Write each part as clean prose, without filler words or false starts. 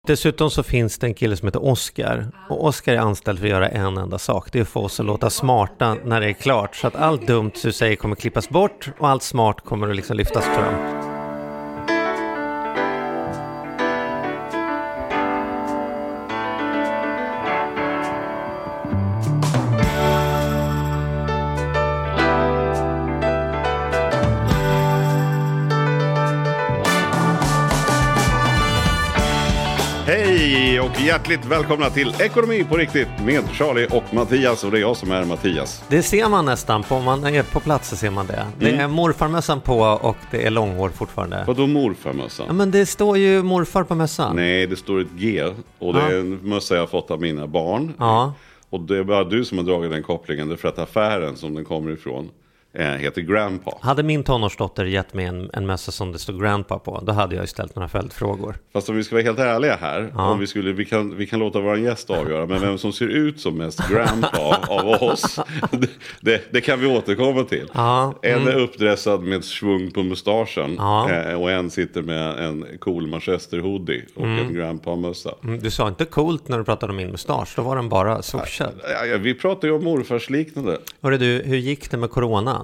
Dessutom så finns det en kille som heter Oscar. Och Oscar är anställd för att göra en enda sak. Det är att få oss att låta smarta när det är klart. Så att allt dumt du säger kommer klippas bort och allt smart kommer att liksom lyftas fram. Hej och hjärtligt välkomna till Ekonomi på riktigt med Charlie och Mattias, och det är jag som är Mattias. Det ser man nästan på, om man är på plats så ser man det. Det är morfarmössan på och det är långhår fortfarande. Vadå morfarmössan? Ja, men det står ju morfar på mössan. Nej, det står ett G och det är en mössa jag har fått av mina barn. Ja. Och det är bara du som har dragit den kopplingen, för att affären som den kommer ifrån heter Grandpa. Hade min tonårsdotter gett mig en mössa som det stod Grandpa på, då hade jag ju ställt några följdfrågor. Fast om vi ska vara helt ärliga här, om vi kan låta vår gäst avgöra, men vem som ser ut som mest Grandpa av oss, det kan vi återkomma till. En är uppdressad med svung på mustaschen och en sitter med en cool Manchester hoodie och en Grandpa-mössa. Du sa inte coolt när du pratade om min mustasch, då var den bara swooshad. Vi pratade ju om morfars liknande. Hörru du, hur gick det med coronan?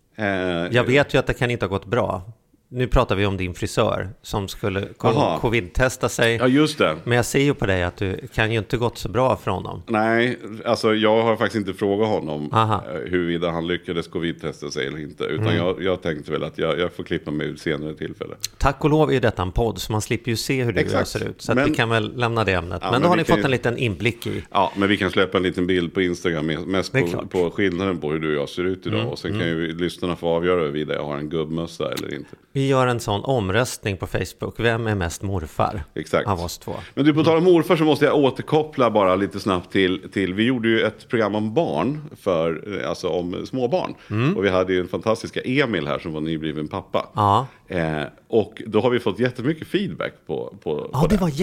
Jag vet ju att det kan inte ha gått bra. Nu pratar vi om din frisör som skulle covid-testa sig. Ja, just det. Men jag ser ju på dig att du kan ju inte gått så bra för honom. Nej, alltså jag har faktiskt inte frågat honom huruvida han lyckades covid-testa sig eller inte. Utan jag tänkte väl att jag får klippa mig ut senare tillfälle. Tack och lov är detta en podd, så man slipper ju se hur det ser ut. Så att vi kan väl lämna det ämnet. Men då har ni fått en liten inblick i. Ja, men vi kan släppa en liten bild på Instagram mest på skillnaden på hur du och jag ser ut idag. Och sen kan ju lyssnarna få avgöra huruvida jag har en gubbmössa eller inte. Vi gör en sån omröstning på Facebook. Vem är mest morfar? Exakt. Av oss två? Men du, på tal om morfar så måste jag återkoppla bara lite snabbt till vi gjorde ju ett program om barn, alltså om småbarn. Och vi hade ju en fantastiska Emil här som var nybliven pappa. Ja. Och då har vi fått jättemycket feedback på det var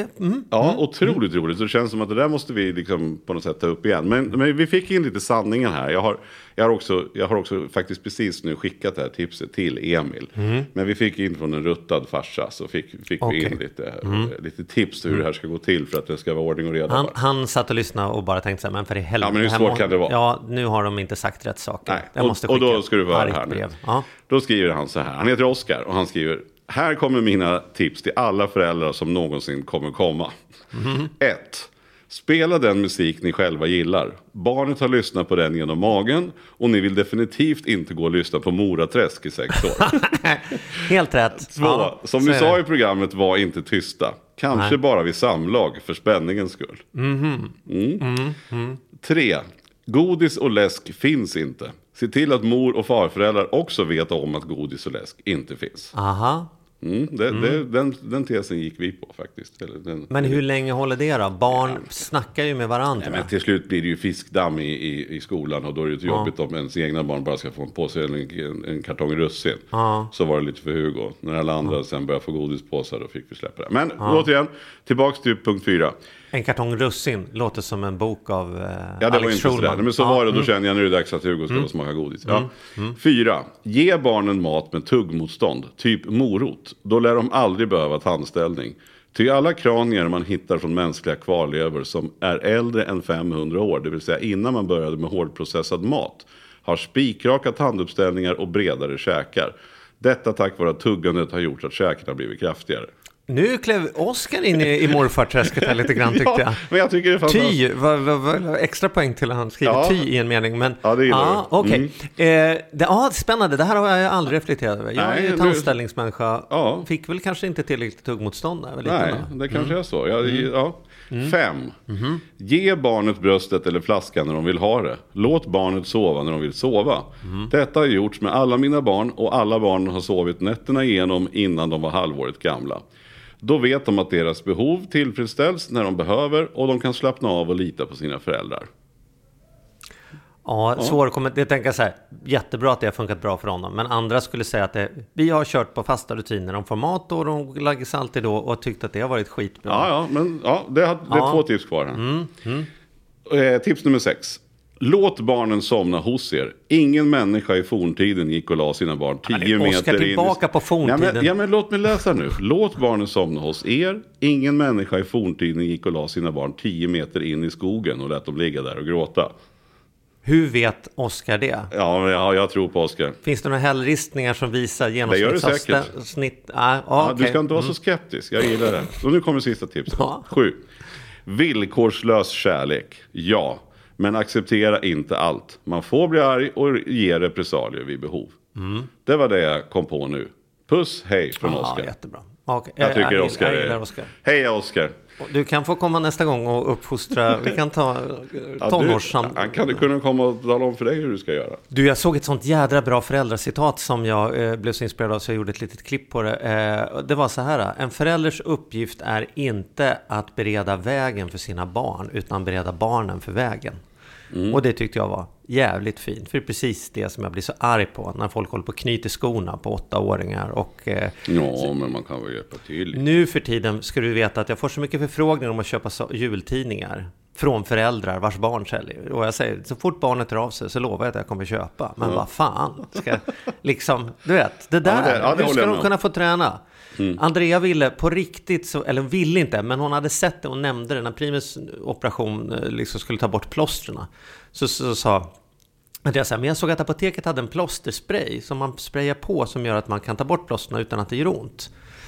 otroligt roligt. Så det känns som att det där måste vi liksom på något sätt ta upp igen. Men vi fick in lite sanningar här. Jag har också faktiskt precis nu skickat det här tipset till Emil. Men vi fick in från en ruttad farsa, så fick vi in lite tips hur det här ska gå till för att det ska vara ordning och reda. Han satt och lyssnade och bara tänkte så här, men för i helvete. Ja, men hur svårt kan det vara? Ja, nu har de inte sagt rätt saker. Nej. Och då ska du vara här nu. Då skriver han så här. Han heter Oscar och han skriver: här kommer mina tips till alla föräldrar som någonsin kommer komma. 1. Spela den musik ni själva gillar. Barnet har lyssnat på den genom magen och ni vill definitivt inte gå och lyssna på Moraträsk i 6 år. Helt rätt. 2. Som ni sa i programmet, var inte tysta. Kanske bara vid samlag för spänningens skull. 3. Godis och läsk finns inte. Se till att mor- och farföräldrar också vet om att godis och läsk inte finns. Den tesen gick vi på faktiskt. Men hur länge håller det då? Barn snackar ju med varandra. Men till slut blir det ju fiskdamm i skolan, och då är det jobbigt om ens egna barn bara ska få på sig en kartong russin. Så var det lite för Hugo. När alla andra sen började få godispåsar, då fick vi släppa det. Men återigen, tillbaks till punkt 4. En kartong russin låter som en bok av det Alex var inte Schulman. Men så var det, då känner jag nu är det dags att Hugo ska smaka godis. 4. Ge barnen mat med tuggmotstånd, typ morot. Då lär de aldrig behöva tandställning. Ty alla kranier man hittar från mänskliga kvarlevor som är äldre än 500 år, det vill säga innan man började med hårdprocessad mat, har spikraka tanduppställningar och bredare käkar. Detta tack vare att tuggandet har gjort att käkarna har blivit kraftigare. Nu klev Oscar in i morfarträsket här lite grann, tyckte jag. Men jag tycker det är fantastiskt. Var extra poäng till att han skriver ty i en mening. Men, det gillar okej. Spännande, det här har jag aldrig reflekterat över. Jag är ju tandställningsmänniska. Fick väl kanske inte tillräckligt tuggmotstånd där. Nej, det kanske är så. 5. Ge barnet bröstet eller flaskan när de vill ha det. Låt barnet sova när de vill sova. Detta har gjorts med alla mina barn, och alla barn har sovit nätterna igenom innan de var halvåret gamla. Då vet de att deras behov tillfredsställs när de behöver, och de kan slappna av och lita på sina föräldrar. Jag tänker så här, jättebra att det har funkat bra för honom. Men andra skulle säga att vi har kört på fasta rutiner. De får mat och de lägger sig alltid då, och tyckt att det har varit skitbra. Det är 2 tips kvar här. Tips nummer 6. Låt barnen somna hos er. Ingen människa i forntiden gick och la sina barn 10 meter in. Oskar tillbaka på forntiden. Ja, men låt mig läsa nu. Låt barnen somna hos er. Ingen människa i forntiden gick och la sina barn 10 meter in i skogen och lät dem ligga där och gråta. Hur vet Oskar det? Ja, jag tror på Oskar. Finns det några hällristningar som visar genomsnitt? Det gör det säkert. Du ska inte vara så skeptisk, jag gillar det. Och nu kommer sista tipset. 7. Villkorslös kärlek. Ja, men acceptera inte allt. Man får bli arg och ge repressalier vid behov. Det var det jag kom på nu. Puss, hej från Oskar. Jättebra. Jag tycker Oskar gillar Oskar. Hej Oskar. Du kan få komma nästa gång och uppfostra. Vi kan ta Han kan kunna komma och tala om för dig hur du ska göra. Du, jag såg ett sånt jädra bra föräldracitat som jag blev så inspirerad av så jag gjorde ett litet klipp på det. Det var så här: en förälders uppgift är inte att bereda vägen för sina barn utan bereda barnen för vägen. Och det tyckte jag var jävligt fint. För det är precis det som jag blir så arg på. När folk håller på och knyter skorna på 8-åringar. Men man kan väl hjälpa till. Nu för tiden ska du veta att jag får så mycket förfrågningar om att köpa jultidningar. Från föräldrar vars barn säljer. Och jag säger, så fort barnet drar av sig så lovar jag att jag kommer köpa. Men vad fan. Ska, liksom, du vet, det där. Hur ska de kunna få träna? Andrea ville på riktigt, eller ville inte, men hon hade sett det och nämnde det när Primus operation liksom skulle ta bort plåsterna. Så sa Andrea så här, men jag såg att apoteket hade en plåsterspray som man sprayar på som gör att man kan ta bort plåsterna utan att det gör ont.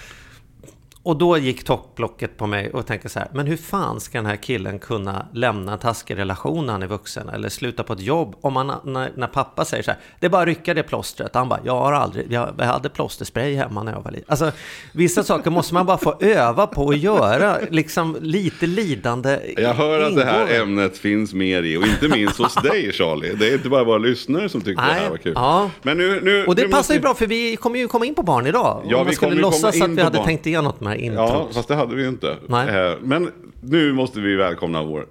Och då gick topplocket på mig och tänkte så här, men hur fan ska den här killen kunna lämna en taskig relation när han är vuxen eller sluta på ett jobb om man, när pappa säger så här, det är bara att rycka det plåstret. Han bara, jag hade plåsterspray hemma när jag var liten. Alltså vissa saker måste man bara få öva på att göra, liksom lite lidande. Jag hör att det här ämnet finns mer i, och inte minst hos dig Charlie. Det är inte bara våra lyssnare som tycker det här var kul. Ja. Men nu, och det passar ju bra för vi kommer ju komma in på barn idag. Ja, om man skulle låtsas att vi hade tänkt igenom något med intro. Ja, fast det hade vi ju inte. Men nu måste vi välkomna vår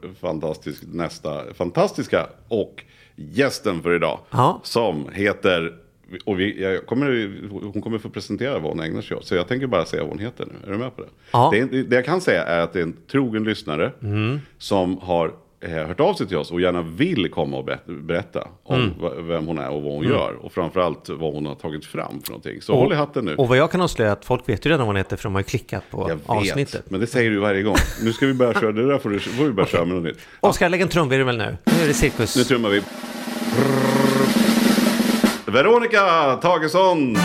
fantastiska och gästen för idag. Som heter, och hon kommer få presentera vad hon ägnar sig åt. Så jag tänker bara säga vad hon heter nu. Är du med på det? Det jag kan säga är att det är en trogen lyssnare som har hört av sig till oss och gärna vill komma och berätta om vem hon är och vad hon gör. Och framförallt vad hon har tagit fram för någonting. Så håll i hatten nu. Och vad jag kan avslöja att folk vet ju redan vad hon heter för de har ju klickat på avsnittet. Men det säger du varje gång. Nu ska vi börja köra, det där får vi börja köra med något nytt. Oskar, lägg en trumvirvel nu. Nu är det cirkus. Nu trummar vi. Veronica Tagesson!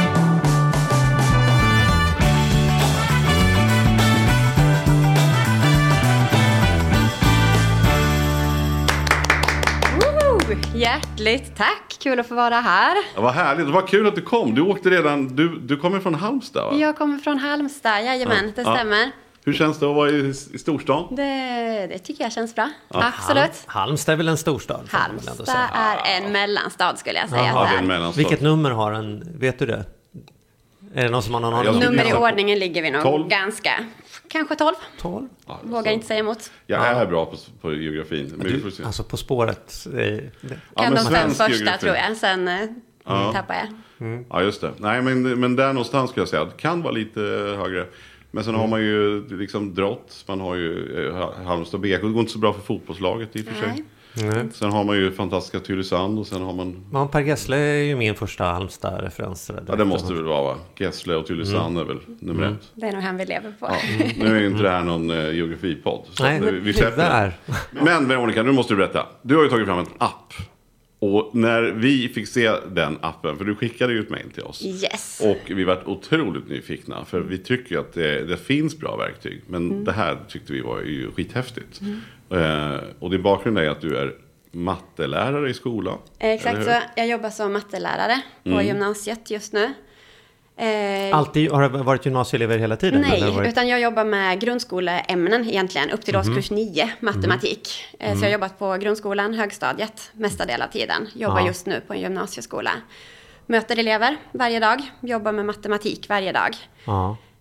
Hjärtligt tack, kul att få vara här. Ja, vad härligt, det var kul att du kom. Du åkte redan, du kommer från Halmstad va? Jag kommer från Halmstad, jajamän, det stämmer. Hur känns det att vara i storstan? Det tycker jag känns bra, absolut. Halmstad är väl en storstad? Halmstad är en mellanstad skulle jag säga. Det är en mellanstad. Vilket nummer har den, vet du det? Är det någon som har någon aning? Nummer i ordningen ligger vi nog 12. Ganska, kanske 12. Ja, vågar inte säga emot. Jag är bra på geografin. Men alltså På spåret. Kan de 5 första tror jag, sen tappar jag. Ja just det. Nej men där någonstans skulle jag säga. Det kan vara lite högre. Men sen har man ju liksom Drott. Man har ju Halmstad BK. Det går inte så bra för fotbollslaget i och för sig. Sen har man ju fantastiska Tylösand och sen har man... Per Gessle är ju min första Halmstad-referens. Ja, det måste väl vara va? Gessle och Tylösand är väl nummer 1. Det är nog han vi lever på. Nu är ju inte det här någon geografipodd. Nej, vi släpper. Men Veronica, nu måste du berätta. Du har ju tagit fram en app. Och när vi fick se den appen, för du skickade ju ett mejl till oss. Yes. Och vi var otroligt nyfikna, för vi tycker ju att det finns bra verktyg. Men det här tyckte vi var ju skithäftigt. Och din bakgrund är att du är mattelärare i skolan. Exakt, så jag jobbar som mattelärare på gymnasiet just nu. Alltid har det varit gymnasieelever hela tiden? Nej, utan jag jobbar med grundskoleämnen egentligen upp till årskurs 9, matematik. Så jag har jobbat på grundskolan, högstadiet mesta del av tiden. Jobbar just nu på en gymnasieskola. Möter elever varje dag, jobbar med matematik varje dag.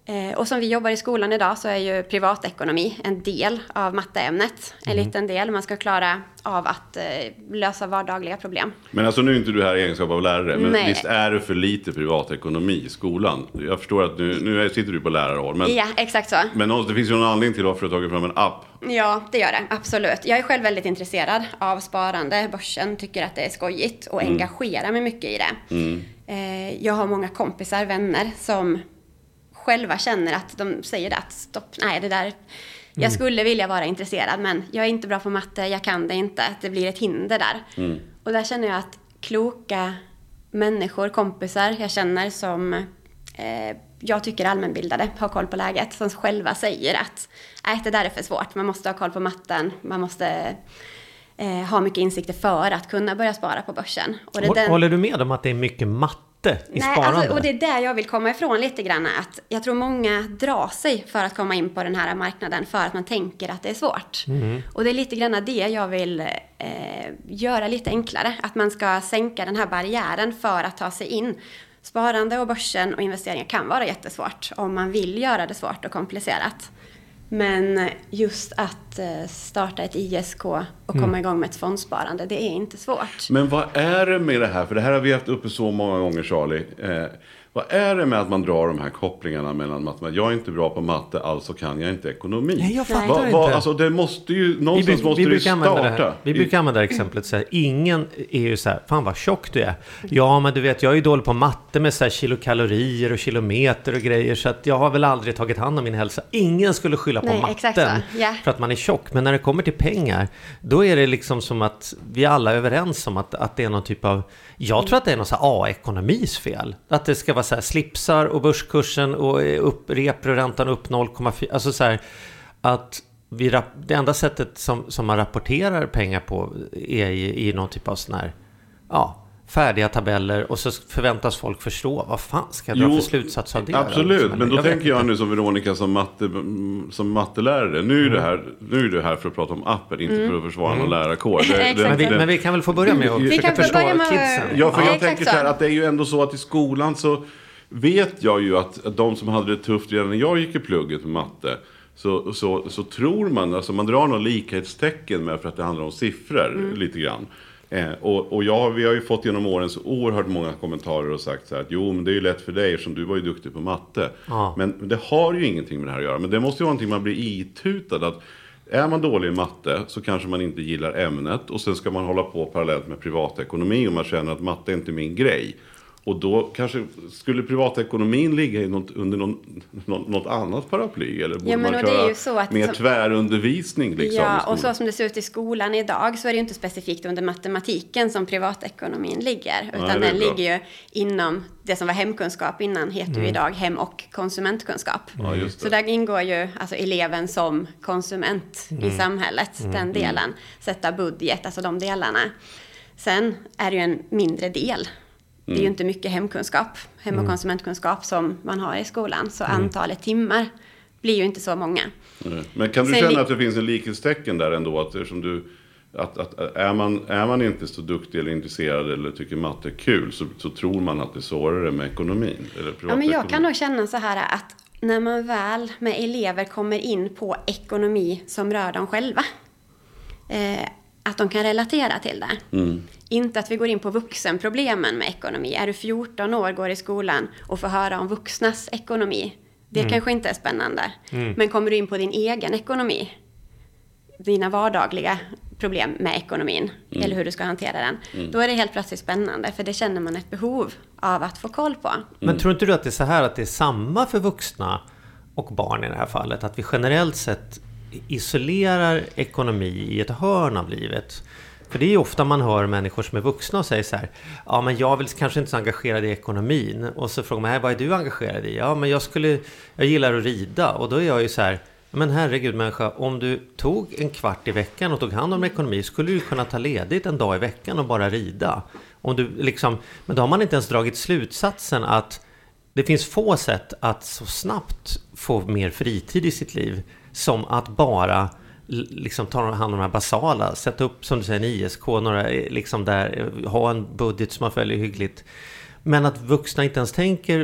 Och som vi jobbar i skolan idag så är ju privatekonomi en del av matteämnet. En liten del. Man ska klara av att lösa vardagliga problem. Men alltså nu är inte du här i egenskap av lärare. Men Nej. visst är det för lite privatekonomi i skolan? Jag förstår att nu sitter du på lärarhåll. Men, Ja, exakt så. men det finns ju någon anledning till varför du har tagit fram en app. Ja, det gör det. Absolut. Jag är själv väldigt intresserad av sparande. Börsen tycker att det är skojigt och engagerar mig mycket i det. Jag har många kompisar, vänner som själva känner att de säger att stopp, nej det där, jag skulle vilja vara intresserad men jag är inte bra på matte, jag kan det inte, att det blir ett hinder där. Och där känner jag att kloka människor, kompisar jag känner som jag tycker allmänbildade, har koll på läget, som själva säger att nej det där är för svårt, man måste ha koll på matten, man måste ha mycket insikter för att kunna börja spara på börsen. Och Håller du med om att det är mycket matte i sparande? Alltså, och det är där jag vill komma ifrån lite grann. Att jag tror många drar sig för att komma in på den här marknaden för att man tänker att det är svårt. Och det är lite grann det jag vill göra lite enklare. Att man ska sänka den här barriären för att ta sig in. Sparande och börsen och investeringar kan vara jättesvårt om man vill göra det svårt och komplicerat. Men just att starta ett ISK och komma igång med ett fondsparande, det är inte svårt. Men vad är det med det här? För det här har vi haft uppe så många gånger, Charlie. Vad är det med att man drar de här kopplingarna mellan matematik? Jag är inte bra på matte, alltså kan jag inte ekonomi. Nej, jag fattar inte. Alltså det måste ju, någonstans måste det starta. Vi brukar använda det exemplet så här, ingen är ju så här, fan vad tjock du är. Ja, men du vet, jag är ju dålig på matte med så här kilokalorier och kilometer och grejer, så att jag har väl aldrig tagit hand om min hälsa. Ingen skulle skylla på matten för att man är tjock, men när det kommer till pengar, då är det liksom som att vi alla är överens om att det är någon typ av, jag tror att det är någon så här A-ekonomis fel. Att det ska vara så här slipsar och börskursen och reproräntan upp 0,4. Alltså så här att det enda sättet som man rapporterar pengar på är i någon typ av sån här, färdiga tabeller, och så förväntas folk förstå vad fan ska jag dra för slutsats av det. Absolut, liksom, men då tänker jag nu som Veronica som mattelärare. Nu är du här för att prata om appen, inte för att försvara någon lärarkår. Men vi kan väl få börja med att försöka förstå kidsen. Ja, för jag tänker så här att det är ju ändå så att i skolan så vet jag ju att de som hade det tufft redan när jag gick i plugget med matte, så tror man, alltså man drar någon likhetstecken med för att det handlar om siffror lite grann. Och vi har ju fått genom åren så oerhört många kommentarer och sagt så här att jo, men det är ju lätt för dig eftersom du var ju duktig på matte. Men det har ju ingenting med det här att göra. Men det måste ju vara någonting man blir itutad att är man dålig i matte så kanske man inte gillar ämnet, och sen ska man hålla på parallellt med privatekonomi och man känner att matte är inte min grej. Och då kanske skulle privatekonomin ligga under något annat paraply, eller borde man köra mer tvärundervisning liksom, ja, och så som det ser ut i skolan idag så är det ju inte specifikt under matematiken som privatekonomin ligger, utan den ligger ju inom det som var hemkunskap innan, heter ju idag hem- och konsumentkunskap. Så där ingår ju alltså eleven som konsument i samhället, den delen, sätta budget, alltså de delarna. Sen är det ju en mindre del. Det är ju inte mycket hemkunskap, hem- och konsumentkunskap som man har i skolan. Så antalet timmar blir ju inte så många. Men kan du känna att det finns en likhetstecken där ändå? Att är man inte så duktig eller intresserad eller tycker matte är kul, så tror man att det är svårare med ekonomin? Eller men jag kan nog känna så här att när man väl med elever kommer in på ekonomi som rör dem själva, att de kan relatera till det. Inte att vi går in på vuxenproblemen med ekonomi. Är du 14 år, går i skolan och får höra om vuxnas ekonomi. Det kanske inte är spännande. Men kommer du in på din egen ekonomi, dina vardagliga problem med ekonomin, eller hur du ska hantera den, då är det helt plötsligt spännande, för det känner man ett behov av att få koll på. Men tror inte du att det är så här att det är samma för vuxna och barn i det här fallet? Att vi generellt sett isolerar ekonomi i ett hörn av livet? För det är ju ofta man hör människor som är vuxna och säger så här: ja, men jag vill kanske inte så engagerad i ekonomin. Och så frågar man, vad är du engagerad i? Ja, men jag gillar att rida. Och då är jag ju så här, men herregud människa, om du tog en kvart i veckan och tog hand om ekonomi, skulle du kunna ta ledigt en dag i veckan och bara rida. Om du liksom, men då har man inte ens dragit slutsatsen att det finns få sätt att så snabbt få mer fritid i sitt liv som att bara liksom ta hand om de här basala, sätta upp som du säger en ISK, några liksom där, ha en budget som man följer hyggligt. Men att vuxna inte ens tänker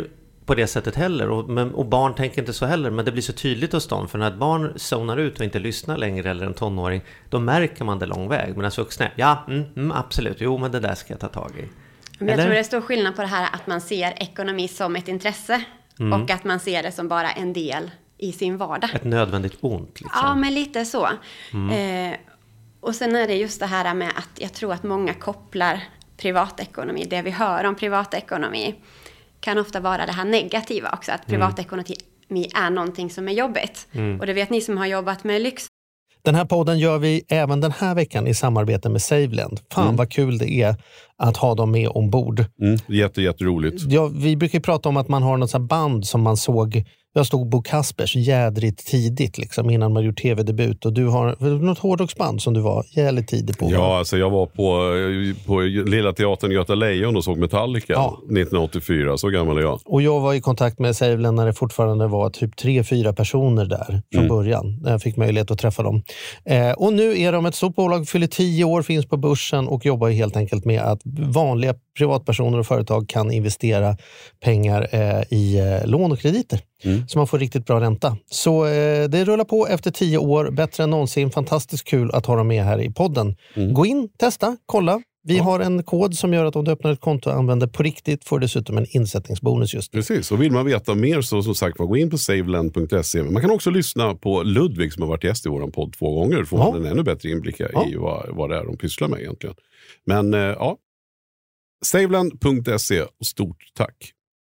på det sättet heller. Och barn tänker inte så heller. Men det blir så tydligt hos dem. För när ett barn zonar ut och inte lyssnar längre eller en tonåring, då märker man det lång väg. Men alltså vuxna, absolut. Jo, men det där ska jag ta tag i. Men jag tror det är stor skillnad på det här att man ser ekonomi som ett intresse. Och att man ser det som bara en del i sin vardag. Ett nödvändigt ont liksom. Ja, men lite så. Och sen är det just det här med att jag tror att många kopplar privatekonomi, det vi hör om privatekonomi, kan ofta vara det här negativa också. Att privatekonomi är någonting som är jobbigt. Och det vet ni som har jobbat med lyx. Den här podden gör vi även den här veckan i samarbete med SaveLend. Fan vad kul det är att ha dem med ombord. Jätteroligt. Ja, vi brukar prata om att man har något sånt band som man såg. Jag stod Bo Kaspers jädrigt tidigt liksom, innan man gjort tv-debut. Och du har något hårdrocksband som du var jävligt tidig på. Ja, alltså jag var på Lilla Teatern Göta Lejon och såg Metallica 1984. Så gammal är jag. Och jag var i kontakt med SaveLend när det fortfarande var typ 3-4 personer där från början. När jag fick möjlighet att träffa dem. Och nu är de ett stort bolag, fyller 10 år, finns på börsen och jobbar helt enkelt med att vanliga privatpersoner och företag kan investera pengar i lån och krediter. Så man får riktigt bra ränta. Så det rullar på efter 10 år, bättre än någonsin. Fantastiskt kul att ha dem med här i podden. Gå in, testa, kolla. Vi har en kod som gör att om du öppnar ett konto och använder på riktigt får dessutom en insättningsbonus just nu. Precis, och vill man veta mer så som sagt gå in på savelend.se. Man kan också lyssna på Ludvig som har varit gäst i vår podd 2 gånger. Får man en ännu bättre inblick i vad det är de pysslar med egentligen. Men savelend.se och stort tack.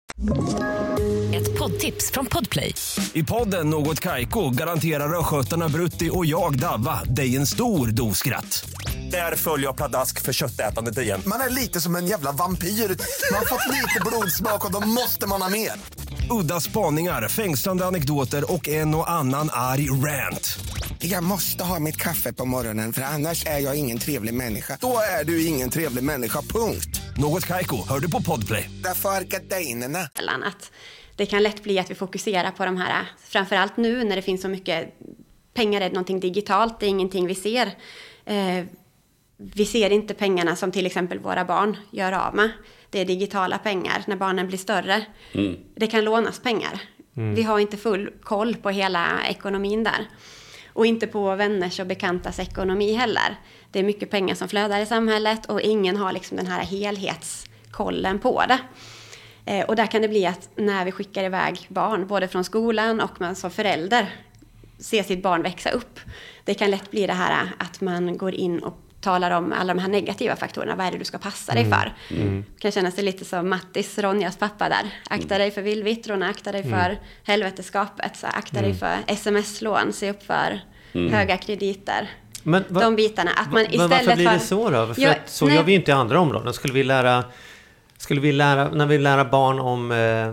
Ett poddtips från Podplay. I podden Något Kaiko garanterar röskötarna Brutti och jag Davva dig en stor doskratt. Där följer jag pladask för köttätandet igen. Man är lite som en jävla vampyr. Man har fått lite blodsmak och då måste man ha mer. Udda spaningar, fängslande anekdoter och en och annan arg rant. Jag måste ha mitt kaffe på morgonen för annars är jag ingen trevlig människa. Då är du ingen trevlig människa, punkt. Något Kaiko, hör du på Podplay. Därför är gardinerna. Att det kan lätt bli att vi fokuserar på de här, framförallt nu när det finns så mycket pengar, är någonting digitalt, det är ingenting vi ser. Vi ser inte pengarna som till exempel våra barn gör av med. Det är digitala pengar när barnen blir större. Det kan lånas pengar. Vi har inte full koll på hela ekonomin där. Och inte på vänners och bekantas ekonomi heller. Det är mycket pengar som flödar i samhället och ingen har liksom den här helhetskollen på det. Och där kan det bli att när vi skickar iväg barn, både från skolan och man som förälder ser sitt barn växa upp. Det kan lätt bli det här att man går in och talar om alla de här negativa faktorerna. Vad är det du ska passa dig för? Kan känna sig lite som Mattis, Ronjas pappa där. Akta dig för villvittrorna, akta dig för helveteskapet. Så akta dig för sms-lån, se upp för höga krediter. Men de bitarna. Att man istället varför blir det så då? För så gör vi inte i andra områden. Skulle vi lära, när vi lär barn om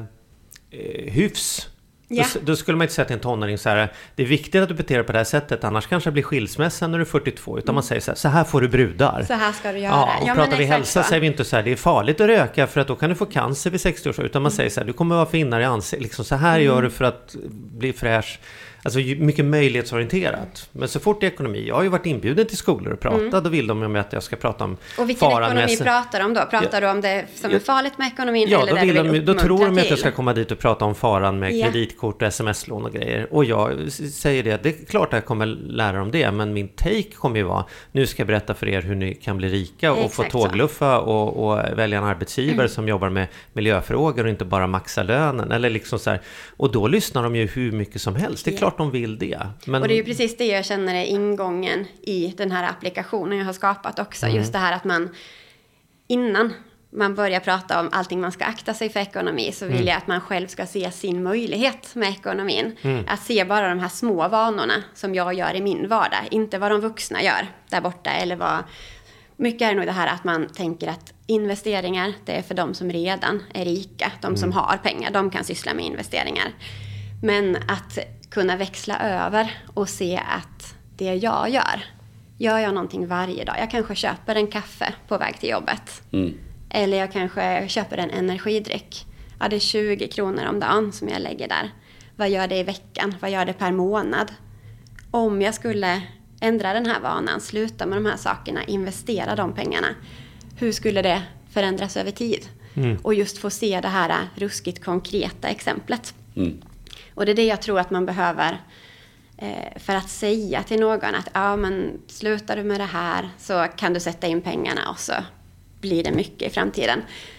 hyfs, då skulle man inte säga till en tonåring så här: det är viktigt att du beter dig på det här sättet, annars kanske det blir skilsmässa när du är 42. Utan man säger så här får du brudar. Så här ska du göra. Och pratar vi hälsa säger vi inte så här, det är farligt att röka för att då kan du få cancer vid 60 års ålder. Utan man säger så här, du kommer vara finnare i ansiktet. Liksom, så här gör du för att bli fräsch. Alltså mycket möjlighetsorienterat. Men så fort i ekonomi, jag har ju varit inbjuden till skolor och pratat, då vill de ju med att jag ska prata om och vilken ekonomi pratar de om då? Pratar du om det som är farligt med ekonomin? Ja, eller då, det då tror de att jag ska komma dit och prata om faran med kreditkort och sms-lån och grejer. Och jag säger det är klart att jag kommer lära dem det, men min take kommer ju vara, nu ska jag berätta för er hur ni kan bli rika och få tågluffa och välja en arbetsgivare som jobbar med miljöfrågor och inte bara maxa lönen. Eller liksom så här. Och då lyssnar de ju hur mycket som helst. Det är klart de vill det. Men... Och det är ju precis det jag känner är ingången i den här applikationen jag har skapat också. Just det här att man, innan man börjar prata om allting man ska akta sig för ekonomi, så vill jag att man själv ska se sin möjlighet med ekonomin. Att se bara de här små vanorna som jag gör i min vardag. Inte vad de vuxna gör där borta. Eller vad... Mycket är nog det här att man tänker att investeringar, det är för de som redan är rika. De som har pengar, de kan syssla med investeringar. Men att kunna växla över och se att det jag gör jag någonting varje dag. Jag kanske köper en kaffe på väg till jobbet. Eller jag kanske köper en energidryck. Ja, det är 20 kronor om dagen som jag lägger där. Vad gör det i veckan? Vad gör det per månad? Om jag skulle ändra den här vanan, sluta med de här sakerna, investera de pengarna. Hur skulle det förändras över tid? Och just få se det här ruskigt konkreta exemplet. Och det är det jag tror att man behöver för att säga till någon att men slutar du med det här så kan du sätta in pengarna och så blir det mycket i framtiden.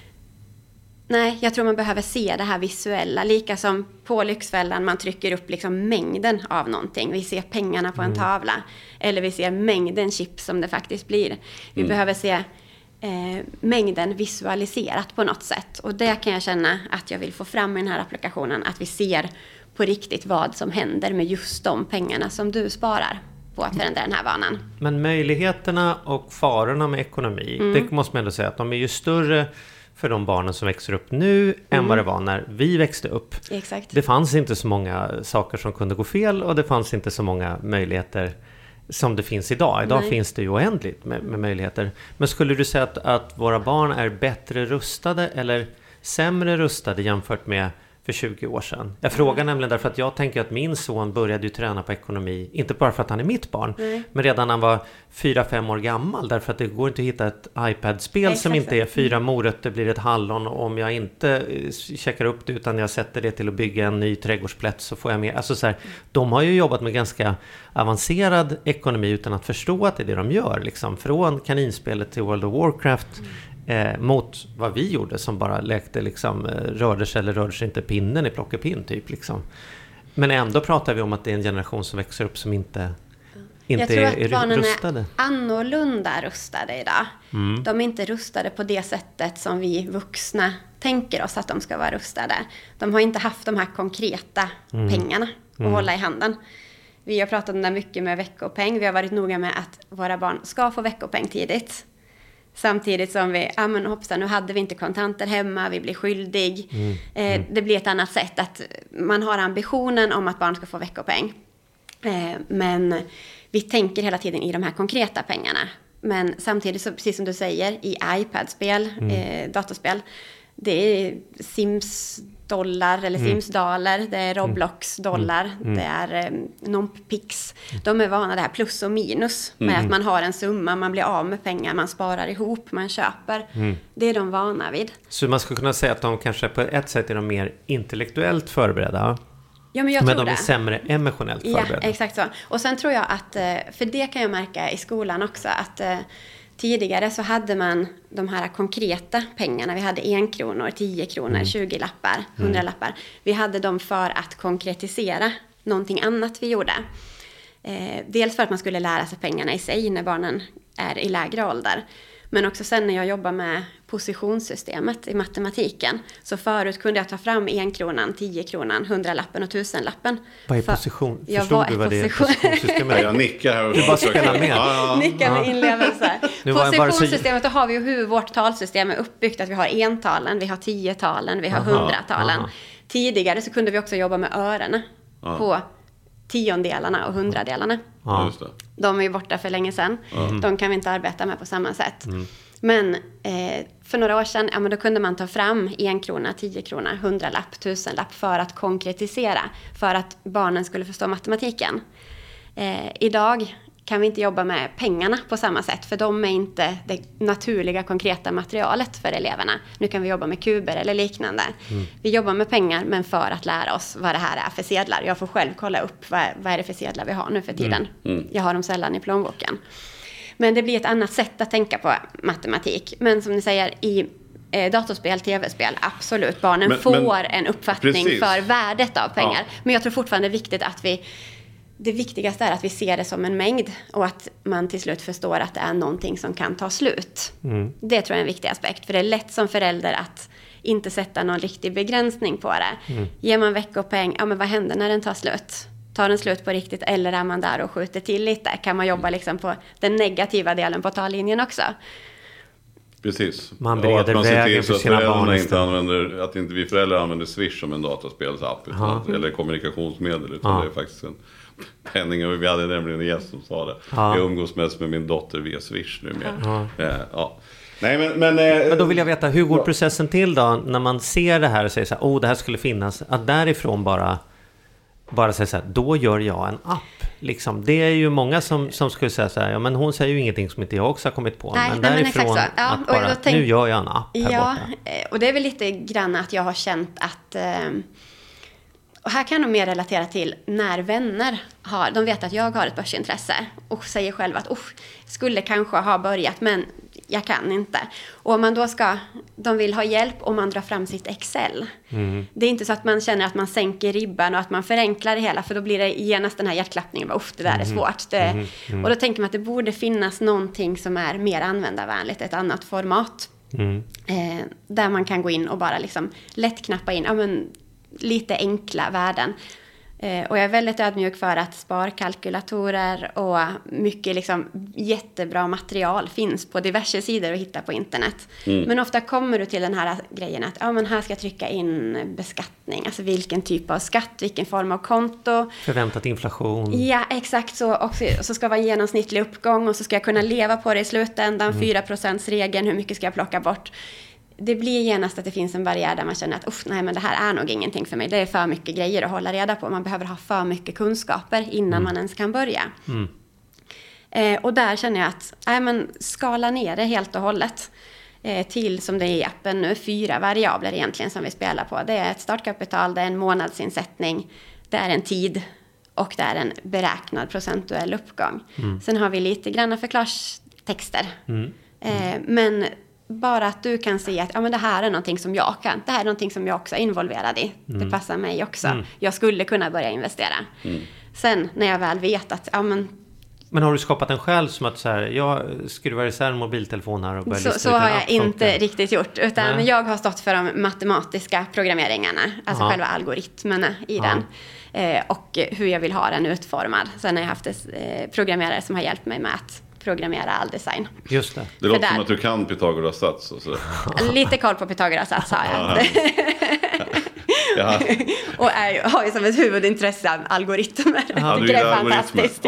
Nej, jag tror man behöver se det här visuella. Lika som på Lyxfällan man trycker upp liksom mängden av någonting. Vi ser pengarna på en tavla. Eller vi ser mängden chips som det faktiskt blir. Vi behöver se mängden visualiserat på något sätt. Och det kan jag känna att jag vill få fram i den här applikationen. Att vi ser på riktigt vad som händer med just de pengarna som du sparar på att förändra den här vanan. Men möjligheterna och farorna med ekonomi, det måste man ändå säga att de är ju större för de barnen som växer upp nu än vad det var när vi växte upp. Exakt. Det fanns inte så många saker som kunde gå fel och det fanns inte så många möjligheter som det finns idag. Idag finns det ju oändligt med möjligheter. Men skulle du säga att våra barn är bättre rustade eller sämre rustade jämfört med för 20 år sedan? Jag frågar nämligen därför att jag tänker att min son började ju träna på ekonomi, inte bara för att han är mitt barn, men redan när han var 4-5 år gammal, därför att det går inte att hitta ett iPad-spel som inte är 4 morötter blir ett hallon, och om jag inte checkar upp det utan jag sätter det till att bygga en ny trädgårdsplätt så får jag med. Alltså så här, de har ju jobbat med ganska avancerad ekonomi utan att förstå att det är det de gör, liksom, från kaninspelet till World of Warcraft. Mot vad vi gjorde som bara lekte liksom, rörde sig inte pinnen i plockepinn typ liksom. Men ändå pratar vi om att det är en generation som växer upp som inte är rustade. Jag tror att barnen är annorlunda rustade idag. De är inte rustade på det sättet som vi vuxna tänker oss att de ska vara rustade. De har inte haft de här konkreta pengarna att hålla i handen. Vi har pratat om det mycket med veckopeng. Vi har varit noga med att våra barn ska få veckopeng tidigt. Samtidigt som vi, men hoppsan, nu hade vi inte kontanter hemma, vi blir skyldig. Det blir ett annat sätt att man har ambitionen om att barn ska få veckopeng. Men vi tänker hela tiden i de här konkreta pengarna. Men samtidigt, så, precis som du säger, i iPad-spel, datorspel, det är Sims-dollar eller Sims-daler, det är Roblox-dollar, det är Nomp-pix. De är vana det här plus och minus med att man har en summa, man blir av med pengar, man sparar ihop, man köper. Det är de vana vid. Så man skulle kunna säga att de kanske på ett sätt är de mer intellektuellt förberedda? Ja, men de är sämre emotionellt förberedda. Ja, exakt så. Och sen tror jag att, för det kan jag märka i skolan också, att tidigare så hade man de här konkreta pengarna. Vi hade 1 kronor, 10 kronor, 20 lappar, 100 lappar. Vi hade dem för att konkretisera någonting annat vi gjorde. Dels för att man skulle lära sig pengarna i sig när barnen är i lägre ålder. Men också sen när jag jobbar med positionssystemet i matematiken. Så förut kunde jag ta fram 1 kronan, 10 kronan, 100-lappen och 1000-lappen. Vad är position? Förstod du vad det är positionssystemet? Jag nickar här. Du bara spelar med. Nickar med inlevelse. Positionssystemet, då har vi ju hur vårt talsystem är uppbyggt. Att vi har entalen, vi har 10-talen, vi har 100-talen. Tidigare så kunde vi också jobba med öronen på tiondelarna och 100-delarna. Just det. De är ju borta för länge sedan. De kan vi inte arbeta med på samma sätt. Men för några år sedan, men då kunde man ta fram 1 krona, 10 krona, 100-lapp, 1000-lapp för att konkretisera. För att barnen skulle förstå matematiken. Idag kan vi inte jobba med pengarna på samma sätt. För de är inte det naturliga, konkreta materialet för eleverna. Nu kan vi jobba med kuber eller liknande. Vi jobbar med pengar, men för att lära oss vad det här är för sedlar. Jag får själv kolla upp vad är det för sedlar vi har nu för tiden. Jag har dem sällan i plånboken. Men det blir ett annat sätt att tänka på matematik. Men som ni säger, i datorspel, tv-spel, absolut. Barnen får en uppfattning för värdet av pengar. Men jag tror fortfarande det är viktigt att det viktigaste är att vi ser det som en mängd och att man till slut förstår att det är någonting som kan ta slut. Det tror jag är en viktig aspekt, för det är lätt som förälder att inte sätta någon riktig begränsning på det. Ger man veckopeng, men vad händer när den tar slut? Tar den slut på riktigt, eller är man där och skjuter till lite? Kan man jobba liksom på den negativa delen på tallinjen också? Precis. Man bereder vägen för sina barn. Att inte vi föräldrar använder Swish som en dataspelsapp eller kommunikationsmedel, utan det är faktiskt en penning. Och vi hade nämligen en gäst som sa det. Jag umgås mest med min dotter via Swish nu mer. Nej, men då vill jag veta, hur går processen till då när man ser det här och säger så här, det här skulle finnas, att därifrån bara bara säga så här, då gör jag en app. Liksom, det är ju många som skulle säga så här, ja men hon säger ju ingenting som inte jag också har kommit på. Nej, men nej, därifrån men exakt så. Ja, att bara, nu gör jag en app här borta. Och det är väl lite grann att jag har känt att, och här kan jag nog mer relatera till när vänner de vet att jag har ett börsintresse och säger själv att skulle kanske ha börjat men jag kan inte. Och om man då de vill ha hjälp och man drar fram sitt Excel. Det är inte så att man känner att man sänker ribban och att man förenklar det hela, för då blir det genast den här hjärtklappningen, det där är svårt. Och då tänker man att det borde finnas någonting som är mer användarvänligt, ett annat format. Där man kan gå in och bara liksom lätt knappa in lite enkla värden. Och jag är väldigt ödmjuk för att sparkalkylatorer och mycket liksom jättebra material finns på diverse sidor att hitta på internet. Men ofta kommer du till den här grejen att här ska jag trycka in beskattning. Alltså vilken typ av skatt, vilken form av konto. Förväntat inflation. Ja, exakt så. Och så ska det vara en genomsnittlig uppgång och så ska jag kunna leva på det i slutändan. 4%-regeln, hur mycket ska jag plocka bort? Det blir genast att det finns en barriär där man känner att nej, men det här är nog ingenting för mig. Det är för mycket grejer att hålla reda på. Man behöver ha för mycket kunskaper innan man ens kan börja. Och där känner jag att skala ner det helt och hållet till, som det är i appen nu, 4 variabler egentligen som vi spelar på. Det är ett startkapital, det är en månadsinsättning, det är en tid och det är en beräknad procentuell uppgång. Sen har vi lite granna förklarstexter. Men bara att du kan se att det här är någonting som jag kan. Det här är någonting som jag också är involverad i. Det passar mig också. Jag skulle kunna börja investera. Sen när jag väl vet att Men har du skapat en själv som att så här, jag skruvar isär en mobiltelefon här och börjar lista så har jag inte riktigt gjort. Utan jag har stått för de matematiska programmeringarna. Alltså själva algoritmerna i den. Och hur jag vill ha den utformad. Sen har jag haft programmerare som har hjälpt mig med att programmera all design. Just det. Det låter som att du kan Pythagoras sats. Och så. Lite koll på Pythagoras sats har jag. Ja. Och har ju som ett huvudintresse av algoritmer. Jag tycker det är fantastiskt.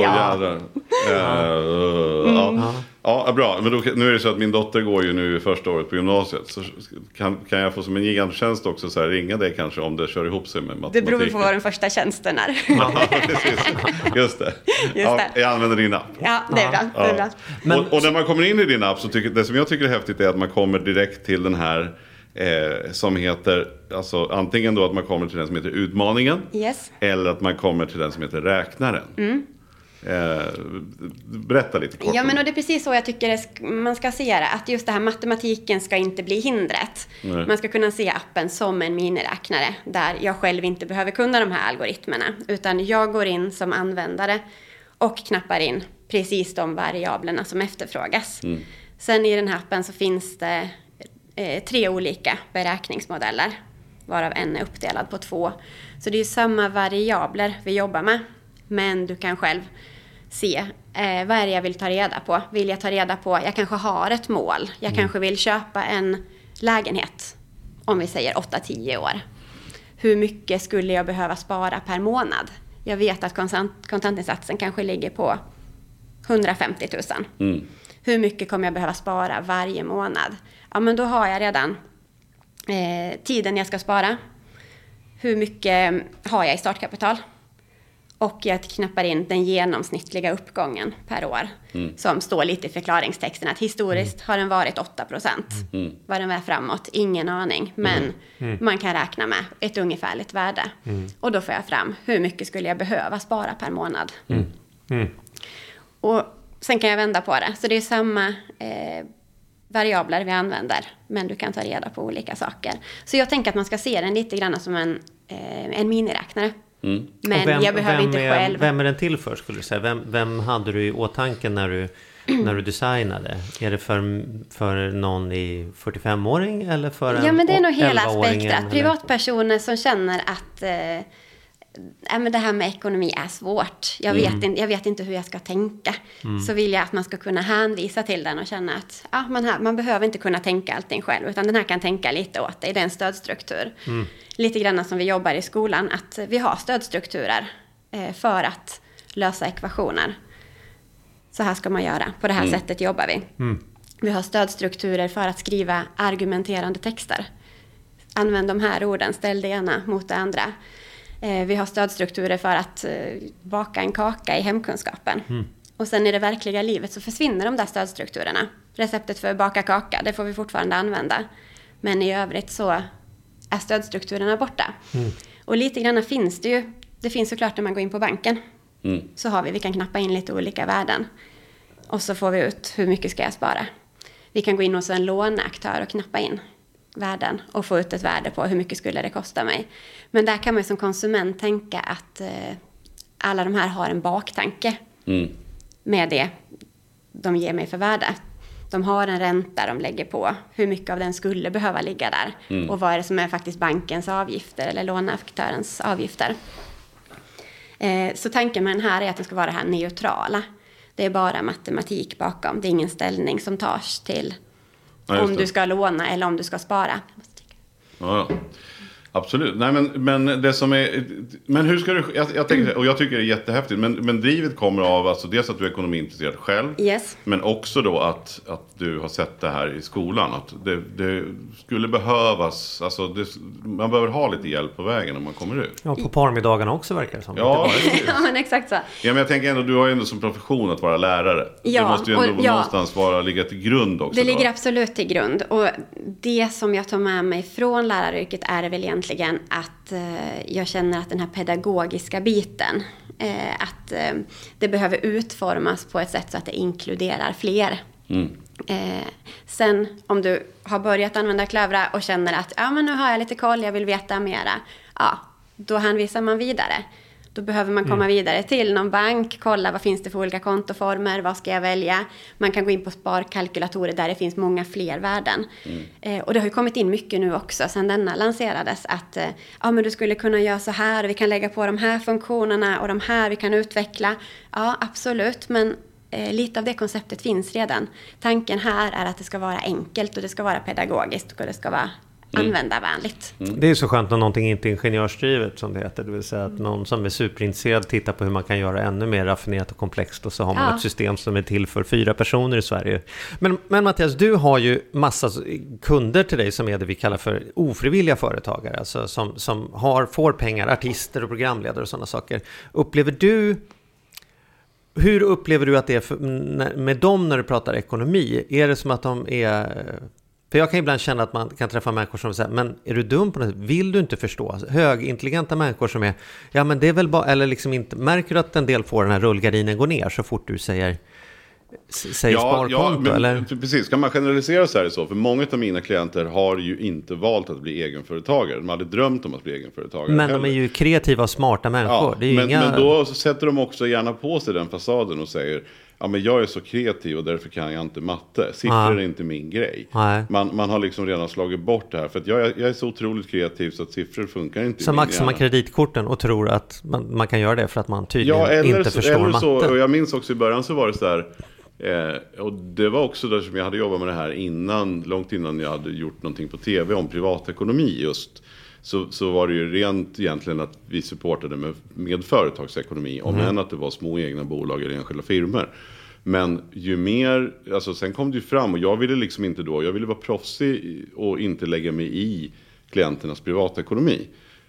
Ja, bra. Men nu är det så att min dotter går ju nu första året på gymnasiet. Så kan jag få som en giganttjänst också så här, ringa dig kanske om det kör ihop sig med matematik. Det beror på vad den första tjänsten är. Ja, precis. Just det. Jag använder din app. Ja, det är bra. Ja. Det är bra. Men, och när man kommer in i din app så det som jag tycker är häftigt är att man kommer direkt till den här som heter, alltså antingen då att man kommer till den som heter utmaningen. Yes. Eller att man kommer till den som heter räknaren. Berätta lite kort. Ja, men och det är precis så jag tycker man ska se det. Att just det här matematiken ska inte bli hindret. Nej. Man ska kunna se appen som en miniräknare. Där jag själv inte behöver kunna de här algoritmerna. Utan jag går in som användare och knappar in precis de variablerna som efterfrågas. Sen i den här appen så finns det 3 olika beräkningsmodeller. Varav en är uppdelad på 2. Så det är ju samma variabler vi jobbar med. Men du kan själv se vad är det jag vill ta reda på. Vill jag ta reda på, jag kanske har ett mål. Jag kanske vill köpa en lägenhet. Om vi säger 8-10 år. Hur mycket skulle jag behöva spara per månad? Jag vet att kontantinsatsen kanske ligger på 150 000. Hur mycket kommer jag behöva spara varje månad? Ja, men då har jag redan tiden jag ska spara. Hur mycket har jag i startkapital? Och jag knappar in den genomsnittliga uppgången per år. Som står lite i förklaringstexten. Att historiskt har den varit 8%. Vad den är framåt, ingen aning. Men man kan räkna med ett ungefärligt värde. Och då får jag fram hur mycket skulle jag behöva spara per månad. Och sen kan jag vända på det. Så det är samma variabler vi använder. Men du kan ta reda på olika saker. Så jag tänker att man ska se den lite grann som en miniräknare. Men jag behöver inte själv. Vem är den till för, skulle du säga? Vem hade du i åtanke när du designade? Är det för någon i 45-åring eller för en 11-åring? Ja, men det är nog hela spektrat. Privatpersoner som känner att men det här med ekonomi är svårt. Jag vet inte hur jag ska tänka. Så vill jag att man ska kunna hänvisa till den och känna att man behöver inte kunna tänka allting själv. Utan den här kan tänka lite åt dig. Det är en stödstruktur. Lite grann som vi jobbar i skolan. Att vi har stödstrukturer för att lösa ekvationer. Så här ska man göra. På det här sättet jobbar vi. Vi har stödstrukturer för att skriva argumenterande texter. Använd de här orden, ställ det ena mot det andra. Vi har stödstrukturer för att baka en kaka i hemkunskapen. Och sen i det verkliga livet så försvinner de där stödstrukturerna. Receptet för att baka kaka, det får vi fortfarande använda. Men i övrigt så är stödstrukturerna borta. Och lite grann finns det ju. Det finns såklart när man går in på banken. Så vi kan knappa in lite olika värden. Och så får vi ut hur mycket ska jag spara. Vi kan gå in hos en låneaktör och knappa in värden. Och få ut ett värde på hur mycket skulle det kosta mig. Men där kan man som konsument tänka att alla de här har en baktanke. Med det de ger mig för värde. De har en ränta de lägger på. Hur mycket av den skulle behöva ligga där. Och vad är det som är faktiskt bankens avgifter eller låneaktörens avgifter. Så tanken med den här är att det ska vara det här neutrala. Det är bara matematik bakom. Det är ingen ställning som tas till om du ska låna eller om du ska spara. Ja. Absolut. Nej, men det som är... Men hur ska du... Jag tänker, och jag tycker det är jättehäftigt. Men drivet kommer av alltså dels att du är ekonomiintresserad själv. Yes. Men också då att du har sett det här i skolan. Att det skulle behövas... Alltså man behöver ha lite hjälp på vägen när man kommer ut. Ja, på parmiddagarna också verkar det som. Ja, ja, men exakt så. Ja, men jag tänker ändå, du har ju ändå som profession att vara lärare. Ja, det måste ju ändå någonstans ligga till grund också. Det ligger absolut till grund. Och det som jag tar med mig från läraryrket är väl egentligen att jag känner att den här pedagogiska biten, att det behöver utformas på ett sätt så att det inkluderar fler. Sen om du har börjat använda Klövra och känner att men nu har jag lite koll, jag vill veta mera. Ja, då hänvisar man vidare. Då behöver man komma vidare till någon bank, kolla vad finns det för olika kontoformer, vad ska jag välja. Man kan gå in på sparkalkylatorer där det finns många fler värden. Och det har ju kommit in mycket nu också sedan denna lanserades. Att men du skulle kunna göra så här och vi kan lägga på de här funktionerna och de här vi kan utveckla. Ja, absolut, men lite av det konceptet finns redan. Tanken här är att det ska vara enkelt och det ska vara pedagogiskt och det ska vara användarvänligt. Det är så skönt när någonting inte är ingenjörsdrivet som det heter. Det vill säga att någon som är superintresserad tittar på hur man kan göra ännu mer raffinerat och komplext och så har man ett system som är till för 4 personer i Sverige. Men Mattias, du har ju massa kunder till dig som är det vi kallar för ofrivilliga företagare. Alltså som får pengar, artister och programledare och sådana saker. Hur upplever du att det är med dem när du pratar ekonomi? Är det som att de är... För jag kan ibland känna att man kan träffa människor som säger, men är du dum på något sätt? Vill du inte förstå? Alltså, högintelligenta människor som är, ja men det är väl bara, eller liksom inte, märker du att en del får den här rullgardinen gå ner så fort du säger sparkonto? Eller? Precis, kan man generalisera så här är så? För många av mina klienter har ju inte valt att bli egenföretagare. De har aldrig drömt om att bli egenföretagare. Men de är ju kreativa och smarta människor. Ja, det är ju men då sätter de också gärna på sig den fasaden och säger, men jag är så kreativ och därför kan jag inte matte. Siffror är inte min grej. Man har liksom redan slagit bort det här. För att jag är så otroligt kreativ så att siffror funkar inte. Så maxar man kreditkorten och tror att man kan göra det för att man tydligen inte förstår matte. Så, och jag minns också i början så var det så där. Och det var också där som jag hade jobbat med det här långt innan jag hade gjort någonting på tv om privatekonomi just. Så var det ju rent egentligen att vi supportade med företagsekonomi om än att det var små egna bolag eller enskilda firmor. Men ju mer, alltså sen kom det ju fram och jag ville liksom inte då, jag ville vara proffsig och inte lägga mig i klienternas privatekonomi.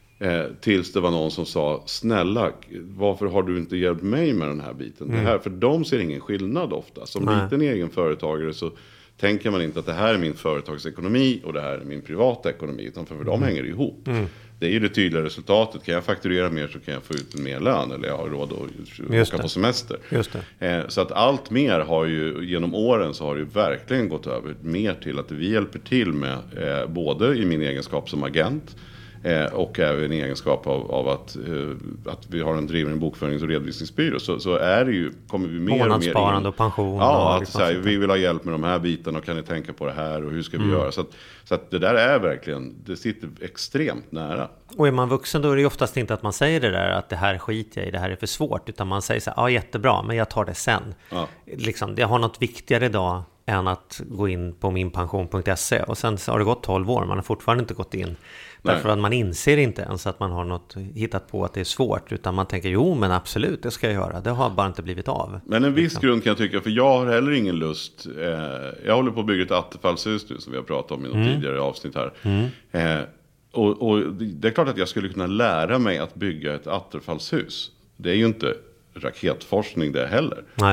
Tills det var någon som sa, snälla, varför har du inte hjälpt mig med den här biten? Det här, för de ser ingen skillnad ofta. Som liten egen företagare så tänker man inte att det här är min företagsekonomi och det här är min privata ekonomi, utan för de hänger ihop. Det är ju det tydliga resultatet. Kan jag fakturera mer så kan jag få ut en mer lön eller jag har råd att åka på semester. Just det. Så att allt mer har ju, genom åren så har det ju verkligen gått över mer till att vi hjälper till med både i min egenskap som agent och även i egenskap av att vi har en driven bokförings- och redovisningsbyrå så är det ju, kommer vi mer och mer in. Månadssparande och pension. Ja, att så här, vi vill ha hjälp med de här bitarna och kan ni tänka på det här och hur ska vi göra? Så att det där är verkligen, det sitter extremt nära. Och är man vuxen då är det ju oftast inte att man säger det där att det här skiter jag i, det här är för svårt, utan man säger så här, jättebra, men jag tar det sen. Ja. Liksom, jag har något viktigare idag än att gå in på minpension.se och sen så har det gått 12 år, man har fortfarande inte gått in. Därför att man inser inte ens att man har hittat på att det är svårt, utan man tänker, jo men absolut, det ska jag göra. Det har bara inte blivit av. Men en viss grund kan jag tycka, för jag har heller ingen lust. Jag håller på att bygga ett attefallshus nu som vi har pratat om i något tidigare avsnitt här. Och det är klart att jag skulle kunna lära mig att bygga ett attefallshus. Det är ju inte raketforskning det heller. Nej.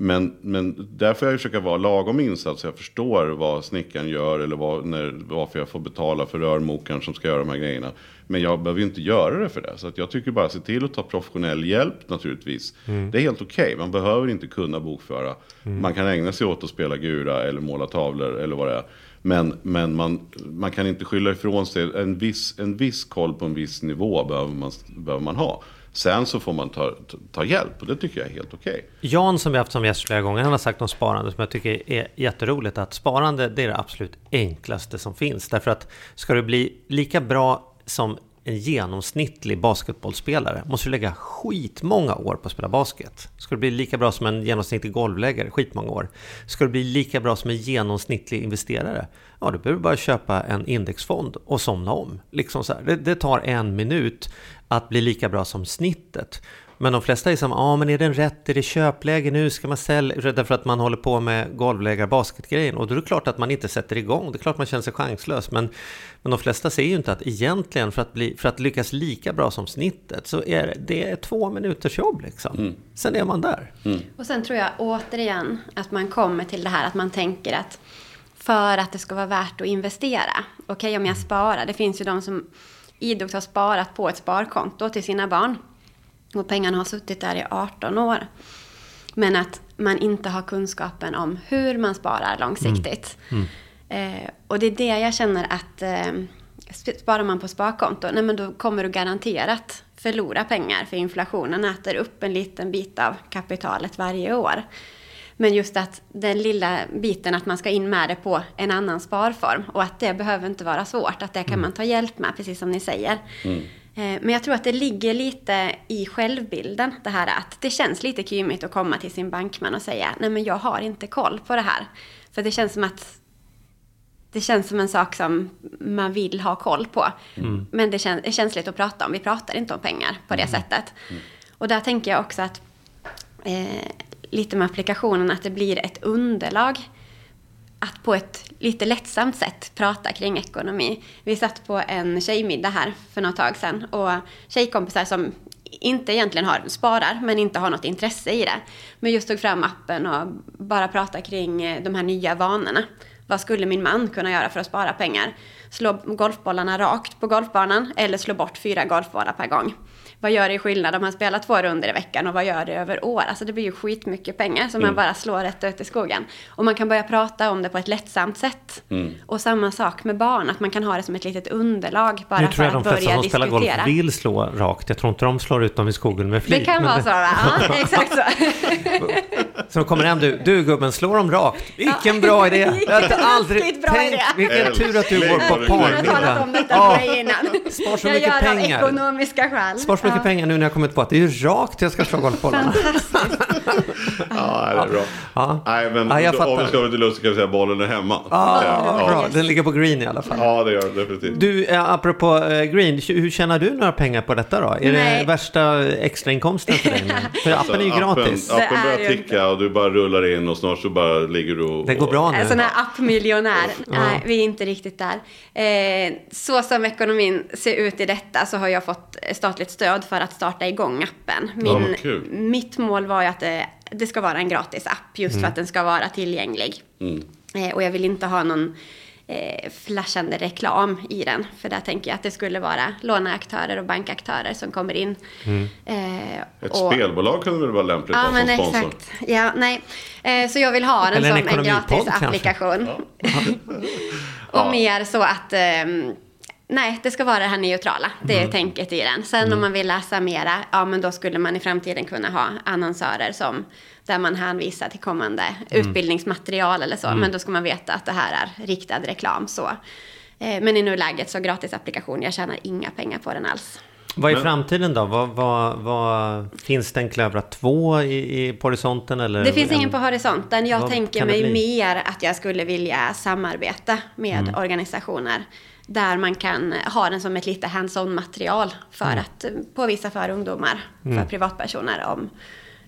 Men där får jag försöka vara lagom insatt så jag förstår vad snickaren gör eller varför jag får betala för rörmokaren som ska göra de här grejerna. Men jag behöver ju inte göra det för det. Så att jag tycker bara se till att ta professionell hjälp naturligtvis. Det är helt okej. Man behöver inte kunna bokföra. Man kan ägna sig åt att spela gura eller måla tavlor eller vad det är. Men man kan inte skylla ifrån sig. En viss koll på en viss nivå behöver man ha. Sen så får man ta hjälp och det tycker jag är helt okej. Jan som vi haft som gäst flera gånger, han har sagt om sparande som jag tycker är jätteroligt, att sparande det är det absolut enklaste som finns. Därför att ska du bli lika bra som en genomsnittlig basketbollspelare måste du lägga skitmånga år på att spela basket. Ska du bli lika bra som en genomsnittlig golvläggare, skitmånga år. Ska du bli lika bra som en genomsnittlig investerare, ja, du behöver bara köpa en indexfond och somna om. Liksom så här. Det tar 1 minut att bli lika bra som snittet. Men de flesta är som, men är det rätt? Är det köpläge nu? Ska man sälja? Därför att man håller på med golvläggar basketgrejen. Och då är det klart att man inte sätter igång. Det är klart man känner sig chanslös. Men de flesta ser ju inte att egentligen för att lyckas lika bra som snittet så är det 2 minuters jobb liksom. Sen är man där. Och sen tror jag återigen att man kommer till det här att man tänker att för att det ska vara värt att investera. Okej, om jag sparar. Det finns ju de som idogt har sparat på ett sparkonto till sina barn. Och pengarna har suttit där i 18 år. Men att man inte har kunskapen om hur man sparar långsiktigt. Och det är det jag känner att sparar man på sparkonto, men då kommer du garanterat förlora pengar. För inflationen äter upp en liten bit av kapitalet varje år. Men just att den lilla biten att man ska in med det på en annan sparform. Och att det behöver inte vara svårt. Att det kan man ta hjälp med, precis som ni säger. Men jag tror att det ligger lite i självbilden. Det här att det känns lite kymigt att komma till sin bankman och säga nej men jag har inte koll på det här. För det känns som att det känns som en sak som man vill ha koll på. Men det är känsligt att prata om. Vi pratar inte om pengar på det sättet. Och där tänker jag också att lite med applikationen att det blir ett underlag att på ett lite lättsamt sätt prata kring ekonomi. Vi satt på en tjejmiddag här för något tag sedan och tjejkompisar som inte egentligen sparar men inte har något intresse i det. Men just tog fram appen och bara prata kring de här nya vanorna. Vad skulle min man kunna göra för att spara pengar? Slå golfbollarna rakt på golfbanan eller slå bort 4 golfbollar per gång? Vad gör det i skillnad om man spelar 2 runder i veckan och vad gör det över år? Alltså det blir ju skitmycket pengar som man bara slår rätt ut i skogen. Och man kan börja prata om det på ett lättsamt sätt. Och samma sak med barn, att man kan ha det som ett litet underlag bara för att börja diskutera. Nu tror jag de flesta som spelar golf vill slå rakt. Jag tror inte de slår ut dem i skogen med flit. Det kan vara så, va? Ja, exakt så. Så de kommer hem, du gubben, slår dem rakt. Vilken bra idé. Jag har aldrig tänkt, vilken tur att du går på parmiddag. Jag har talat om detta för dig innan. Spar så mycket pengar. Jag gör ekonomiska skäl. Spar så mycket pengar nu när jag kommit på att det är ju rakt jag ska slå golfbollarna. Fantastiskt. Ja, det är bra. Ja. Nej, men om vi ska vara lite lustigt kan vi säga bollen är hemma. Bra. Den ligger på green i alla fall. Ja, det gör det definitivt. Du, apropå green, hur tjänar du några pengar på detta då? Är det värsta extrainkomsten för dig? För appen är ju gratis. Appen börjar ticka och du bara rullar in och snart så bara ligger du det går bra nu. En sån här appmiljonär. Nej, vi är inte riktigt där. Så som ekonomin ser ut i detta så har jag fått statligt stöd för att starta igång appen. Mitt mål var ju att det ska vara en gratis app just för att den ska vara tillgänglig. Och jag vill inte ha någon flashande reklam i den. För där tänker jag att det skulle vara låneaktörer och bankaktörer som kommer in. Ett spelbolag kunde väl vara lämpligt som sponsor? Exakt. Ja, nej. Så jag vill ha den som en gratis applikation. Och mer så att nej, det ska vara det här neutrala. Det är tänket i den. Sen om man vill läsa mera, men då skulle man i framtiden kunna ha annonsörer där man hänvisar till kommande utbildningsmaterial eller så. Men då ska man veta att det här är riktad reklam. Så. Men i nuläget så gratis applikation. Jag tjänar inga pengar på den alls. Vad är framtiden då? Vad finns det en Klövra 2 i horisonten? Eller det finns ingen på horisonten. Jag tänker mig mer att jag skulle vilja samarbeta med organisationer där man kan ha den som ett lite hands-on material för att påvisa för ungdomar, för privatpersoner om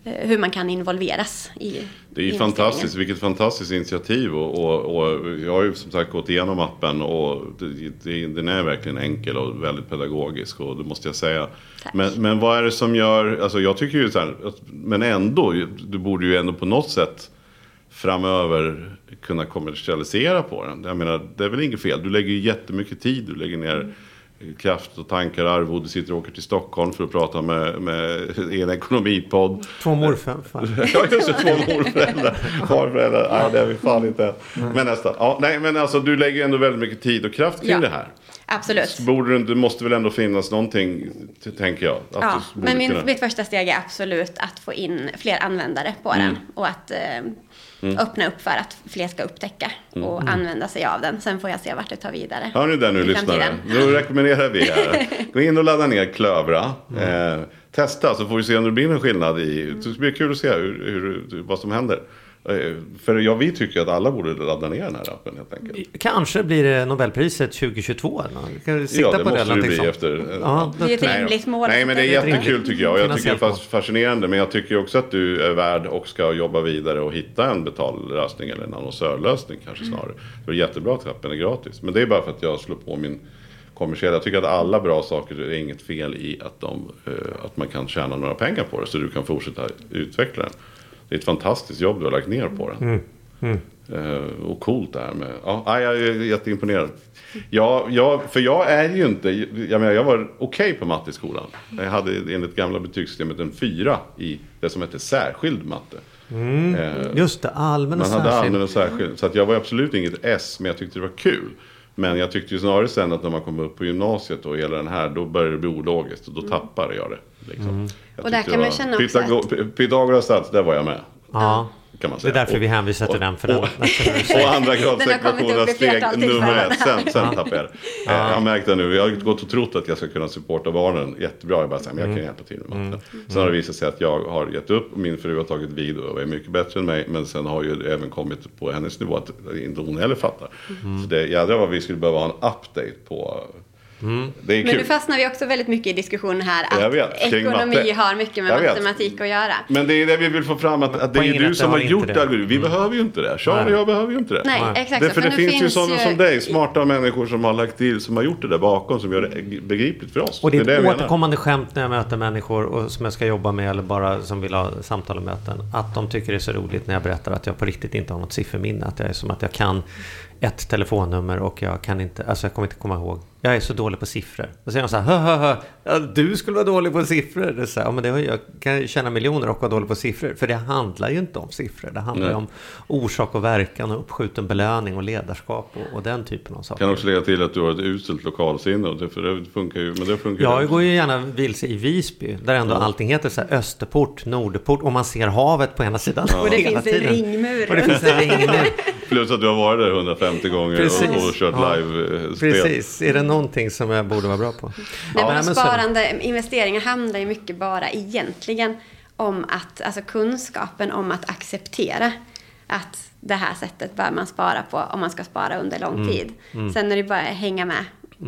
hur man kan involveras i. Det är ju fantastiskt, vilket fantastiskt initiativ och jag har ju som sagt gått igenom appen och den är verkligen enkel och väldigt pedagogisk, och det måste jag säga. Men vad är det som gör, alltså jag tycker ju så här, men ändå, du borde ju ändå på något sätt framöver kunna kommersialisera på den. Jag menar, det är väl inget fel, du lägger ju jättemycket tid, du lägger ner kraft och tankar, arvode, sitter och åker till Stockholm för att prata med en ekonomipodd. 2 morföräldrar. Ja, just det, 2 morföräldrar. Farföräldrar, ja, det är vi fan inte. Men nästan. Ja, nej, men alltså du lägger ändå väldigt mycket tid och kraft kring det här. Absolut. Det måste väl ändå finnas någonting, tänker jag. Ja, men mitt första steg är absolut att få in fler användare på den. Och att öppna upp för att fler ska upptäcka och använda sig av den. Sen får jag se vart det tar vidare. Hör ni det nu, lyssnare? Nu rekommenderar vi här. Gå in och ladda ner Klövra. Testa, så får vi se om det blir en skillnad. Det blir kul att se vad som händer. För vi tycker att alla borde ladda ner den här appen helt enkelt. Kanske blir det Nobelpriset 2022. Kan du sikta det på måste det bli efter. Det är ett rimligt mål. Nej, men det är jättekul tycker jag. Jag tycker det är fascinerande. Men jag tycker också att du är värd och ska jobba vidare och hitta en betallösning eller en annonsörlösning kanske snarare. Det är jättebra att appen är gratis. Men det är bara för att jag slår på min kommersiella. Jag tycker att alla bra saker är inget fel i att man kan tjäna några pengar på det. Så du kan fortsätta utveckla den. Det är ett fantastiskt jobb du har lagt ner på den. Och coolt det här med. Ja, jag är jätteimponerad. För jag är ju inte. Jag var okej på matte i skolan. Jag hade enligt gamla betygssystemet en 4 i det som heter särskild matte. Just det, allmän och särskild. Man hade allmän och särskild. särskild. Så att jag var absolut inget S, men jag tyckte det var kul. Men jag tyckte ju snarare sen att när man kom upp på gymnasiet och hela den här, då började det bli ologiskt och då tappade jag det. Liksom. Och där kan man känna också Pythagoras sats, där var jag med. Ja. Kan man säga. Det är därför vi hänvisar till den. För den och andra gradsekvationernas steg nummer 1. Sen tappar jag det. Jag har märkt det nu. Jag har gått och trott att jag ska kunna supporta barnen jättebra. Jag bara säger, men jag kan hjälpa till med matten. Sen har det visat sig att jag har gett upp. Och min fru har tagit vid och är mycket bättre än mig. Men sen har ju även kommit på hennes nivå att inte hon heller fattar. Så det jädrar vad vi skulle behöva ha en update på. Det är men kul. nu fastnar vi också väldigt mycket i diskussionen här att ekonomi har mycket med matematik att göra. Men det är det vi vill få fram, att det är du som har gjort det. Vi behöver ju inte det. Charlie och jag behöver ju inte det. Nej, exakt. För det finns ju sådana som dig, smarta människor som har lagt till, som har gjort det där bakom, som gör det begripligt för oss. Och det är ett återkommande skämt när jag möter människor och som jag ska jobba med eller bara som vill ha samtal och möten, att de tycker det är så roligt när jag berättar att jag på riktigt inte har något sifferminne, att jag är som att jag kan ett telefonnummer och jag kan inte, alltså jag kommer inte komma ihåg. Jag är så dålig på siffror. Och så säger de så här, ja, du skulle vara dålig på siffror. Det är så här, ja, men jag kan tjäna miljoner och vara dålig på siffror. För det handlar ju inte om siffror. Det handlar ju om orsak och verkan och uppskjuten belöning och ledarskap och den typen av saker. Kan också lägga till att du har ett uselt lokalsinne. För det funkar ju, men det funkar ju. Jag går ju gärna vilse i Visby. Där ändå allting heter så här Österport, Nordport. Och man ser havet på ena sidan. Och det finns en ringmur. Och det finns en ringmur. Plus att du har varit där 150 gånger och kört live-spel. Precis, är det någonting som jag borde vara bra på? Sparande, investeringar handlar ju mycket bara egentligen om att, alltså kunskapen om att acceptera att det här sättet bör man spara på om man ska spara under lång tid. Sen när du bara hänga med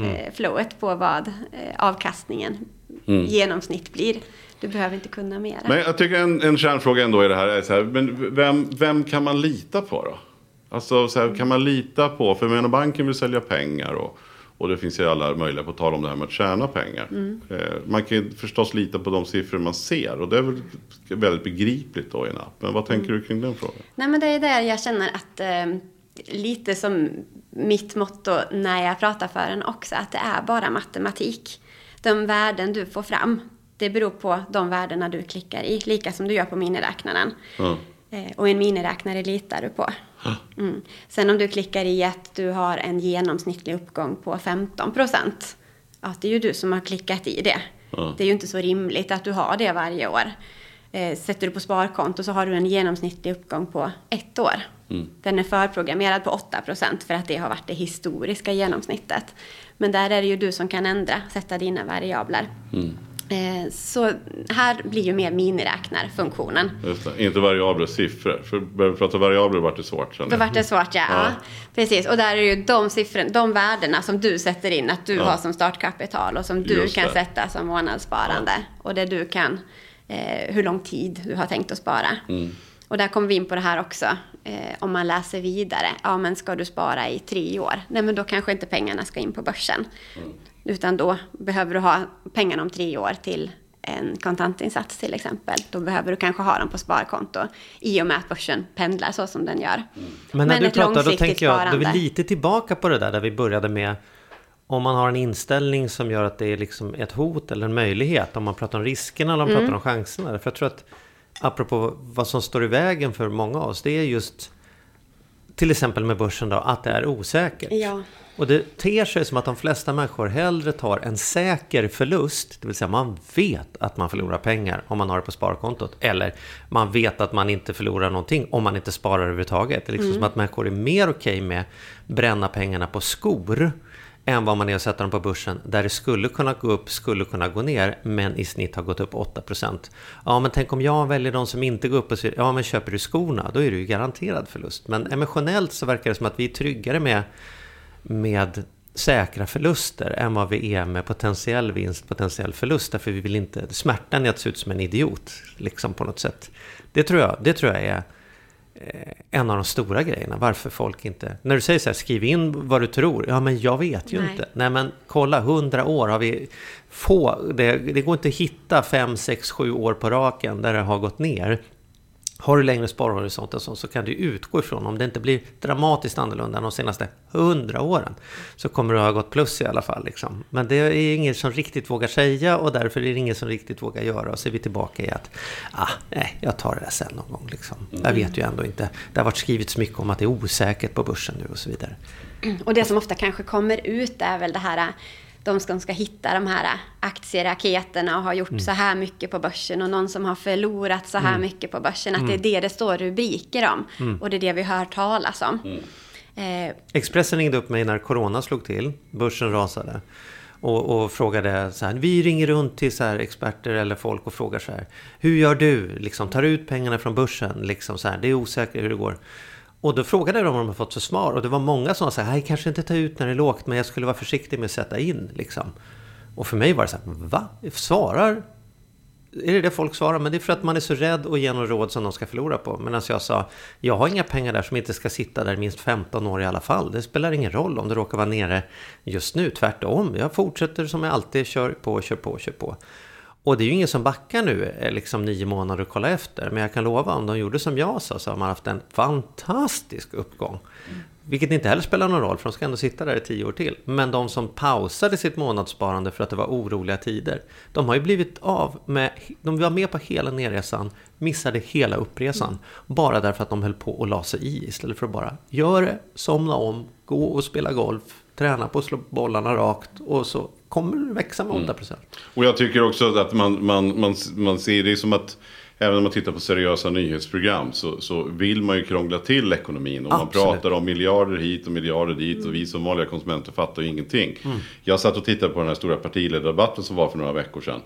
flowet på vad avkastningen genomsnitt blir. Du behöver inte kunna mer. Men jag tycker en kärnfråga ändå är det här. Är så här, men vem kan man lita på då? Alltså så här, kan man lita på, för banken vill sälja pengar och det finns ju alla möjliga på tal om det här med att tjäna pengar. Man kan ju förstås lita på de siffror man ser och det är väl väldigt begripligt då i en app. Men vad tänker du kring den frågan? Nej, men det är där jag känner att lite som mitt motto när jag pratar för den också, att det är bara matematik. De värden du får fram, det beror på de värdena du klickar i, lika som du gör på miniräknaren. Och en miniräknare litar du på. Sen om du klickar i att du har en genomsnittlig uppgång på 15%, ja, det är ju du som har klickat i det. Det är ju inte så rimligt att du har det varje år. Sätter du på sparkonto så har du en genomsnittlig uppgång på 1 år. Den är förprogrammerad på 8% för att det har varit det historiska genomsnittet. Men där är det ju du som kan sätta dina variabler. Så här blir ju mer miniräknarfunktionen. Just det. Inte variabler, siffror. För börjar vi prata variabler vart det svårt. Då vart det svårt, ja. Precis. Och där är ju de värdena som du sätter in, att du har som startkapital och som du kan sätta som månadssparande. Och det du kan hur lång tid du har tänkt att spara. Och där kommer vi in på det här också. Om man läser vidare. Ja, men ska du spara i 3 år? Nej, men då kanske inte pengarna ska in på börsen. Utan då behöver du ha pengarna om 3 år till en kontantinsats till exempel. Då behöver du kanske ha dem på sparkonto. I och med att börsen pendlar så som den gör. Men när du pratar, då tänker jag, då är vi lite tillbaka på det där vi började med. Om man har en inställning som gör att det är liksom ett hot eller en möjlighet. Om man pratar om riskerna eller om man pratar om chanserna. För jag tror att apropå vad som står i vägen för många av oss, det är just till exempel med börsen då, att det är osäkert. Ja. Och det ter sig som att de flesta människor hellre tar en säker förlust, det vill säga man vet att man förlorar pengar om man har det på sparkontot, eller man vet att man inte förlorar någonting om man inte sparar överhuvudtaget. Det är liksom som att människor är mer okej med bränna pengarna på skor än vad man är att sätta dem på börsen, där det skulle kunna gå upp, skulle kunna gå ner, men i snitt har gått upp 8%. Ja, men tänk om jag väljer de som inte går upp och säger, ja men köper du skorna, då är det ju garanterad förlust. Men emotionellt så verkar det som att vi är tryggare med säkra förluster än vad vi är med potentiell vinst, potentiell förlust, därför vi vill inte smärtan i att se ut som en idiot liksom på något sätt. Det tror jag är en av de stora grejerna. Varför folk inte... När du säger så här, skriv in vad du tror. Ja, men jag vet ju inte. Nej, men kolla, 100 år har vi det går inte att hitta 5, 6, 7 år på raken där det har gått ner. Har du längre sparhorisont och så kan du utgå ifrån, om det inte blir dramatiskt annorlunda de senaste 100 åren, så kommer du ha gått plus i alla fall. Liksom. Men det är ingen som riktigt vågar säga, och därför är det ingen som riktigt vågar göra. Och så är vi tillbaka i att jag tar det där sen någon gång. Liksom. Jag vet ju ändå inte. Det har varit skrivit så mycket om att det är osäkert på börsen nu och så vidare. Och det som ofta kanske kommer ut är väl det här, de som ska hitta de här aktieraketerna och har gjort så här mycket på börsen, och någon som har förlorat så här mycket på börsen, att det står rubriker om, och det är det vi hör talas om. Expressen ringde upp mig när corona slog till, börsen rasade, och frågade så här, vi ringer runt till så här experter eller folk och frågar så här, hur gör du? Liksom, tar ut pengarna från börsen? Liksom så här, det är osäkert hur det går. Och då frågade de om de har fått för svar. Och det var många som sa, jag kanske inte tar ut när det är lågt, men jag skulle vara försiktig med att sätta in. Liksom. Och för mig var det så här, va? Svarar? Är det folk svarar? Men det är för att man är så rädd att ge någon råd som de ska förlora på. Medan jag sa, jag har inga pengar där som inte ska sitta där minst 15 år i alla fall. Det spelar ingen roll om det råkar vara nere just nu. Tvärtom, jag fortsätter som jag alltid, kör på. Och det är ju ingen som backar nu liksom 9 månader och kolla efter. Men jag kan lova, om de gjorde som jag sa, så har man haft en fantastisk uppgång. Vilket inte heller spelar någon roll, för de ska ändå sitta där i 10 år till. Men de som pausade sitt månadssparande för att det var oroliga tider, de har ju blivit av med, de var med på hela nerresan, missade hela uppresan. Bara därför att de höll på och la sig i, istället för att bara göra det, somna om, gå och spela golf, träna på att slå bollarna rakt, och så kommer det växa med 8%. Och jag tycker också att man ser det som att även om man tittar på seriösa nyhetsprogram så vill man ju krångla till ekonomin. Och man pratar om miljarder hit och miljarder dit, och vi som vanliga konsumenter fattar ju ingenting. Jag satt och tittade på den här stora partiledardebatten som var för några veckor sedan.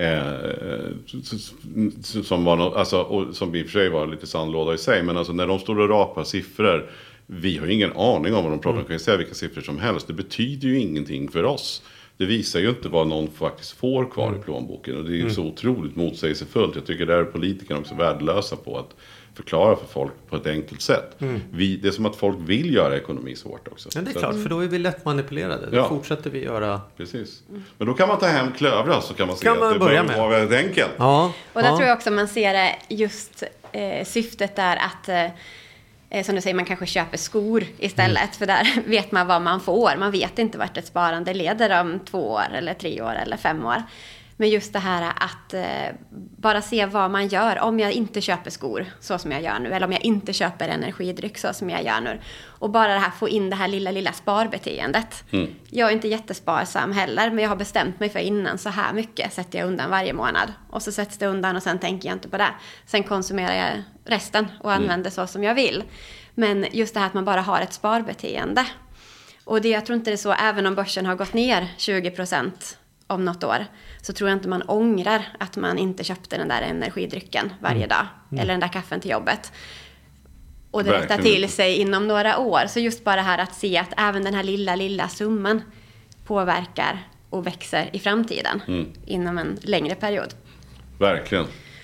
Som var och som i och för sig var lite sandlåda i sig, men alltså när de står och rapar siffror, vi har ju ingen aning om vad de pratar om. Kan ju säga vilka siffror som helst. Det betyder ju ingenting för oss. Det visar ju inte vad någon faktiskt får kvar i plånboken. Och det är ju så otroligt motsägelsefullt. Jag tycker där är politikerna också värdelösa på att förklara för folk på ett enkelt sätt. Det är som att folk vill göra ekonomi svårt också. Ja, det är klart, för då är vi lätt manipulerade. Då fortsätter vi göra... Precis. Men då kan man ta hem klövrar, så kan man se kan att det börjar vara väldigt enkelt. Ja. Och där tror jag också man ser det, just syftet där att... som du säger, man kanske köper skor istället. För där vet man vad man får. Man vet inte vart ett sparande leder om 2 år eller 3 år eller 5 år. Men just det här att bara se vad man gör. Om jag inte köper skor så som jag gör nu. Eller om jag inte köper energidryck så som jag gör nu. Och bara det här, få in det här lilla sparbeteendet. Jag är inte jättesparsam heller. Men jag har bestämt mig för innan, så här mycket sätter jag undan varje månad. Och så sätts det undan och sen tänker jag inte på det. Sen konsumerar jag resten och använder så som jag vill. Men just det här att man bara har ett sparbeteende. Och jag tror inte det är så, även om börsen har gått ner 20% om något år, så tror jag inte man ångrar att man inte köpte den där energidrycken varje dag. Eller den där kaffen till jobbet. Och det rättar till sig inom några år. Så just bara det här att se att även den här lilla summan påverkar och växer i framtiden. Inom en längre period. Verkligen.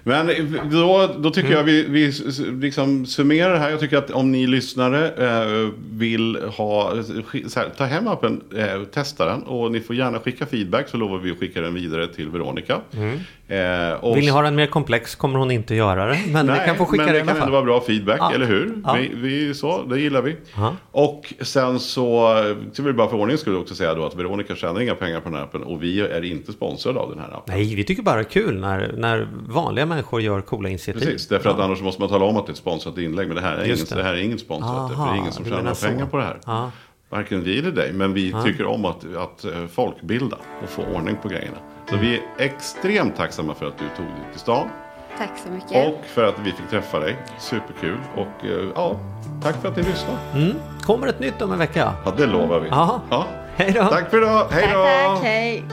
Men då tycker jag vi liksom summerar det här. Jag tycker att om ni lyssnare vill ta hem appen, testa den. Och ni får gärna skicka feedback, så lovar vi att skicka den vidare till Veronica. Vill ni ha den mer komplex kommer hon inte göra det. Men ni kan få skicka det i alla fall. Men det kan ändå vara bra feedback, eller hur? Ja. Det gillar vi. Och sen så vill vi bara för ordningens skull också säga då att Veronica tjänar inga pengar på den här appen. Och vi är inte sponsrade av den här appen. Nej, vi tycker bara det är kul när vanliga människor gör coola initiativ. Precis, därför att annars måste man tala om att det är ett sponsrat inlägg. Men det här är inget sponsrat. Det är ingen som tjänar pengar på det här. Varken vi eller dig. Men vi tycker om att folkbilda och få ordning på grejerna. Så vi är extremt tacksamma för att du tog dig till stan. Tack så mycket. Och för att vi fick träffa dig. Superkul. Och tack för att ni lyssnade. Kommer ett nytt om en vecka? Ja, det lovar vi. Ja. Hej då. Tack för idag. Hej då. Tack, hej.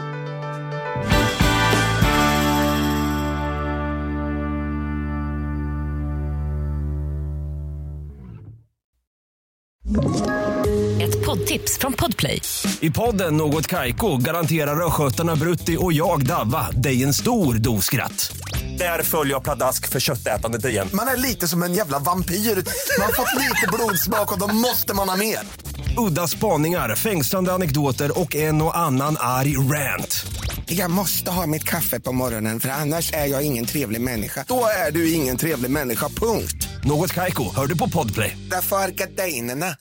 Ett poddtips från Podplay. I podden Något Kaiko garanterar röskötarna Brutti och jag Davva dig en stor doskratt. Där följer jag pladask för köttätandet igen. Man är lite som en jävla vampyr. Man har fått lite blodsmak och då måste man ha mer. Udda spaningar, fängslande anekdoter och en och annan arg rant. Jag måste ha mitt kaffe på morgonen, för annars är jag ingen trevlig människa. Då är du ingen trevlig människa, punkt. Något Kaiko, hör du på Podplay. Därför är gardinerna.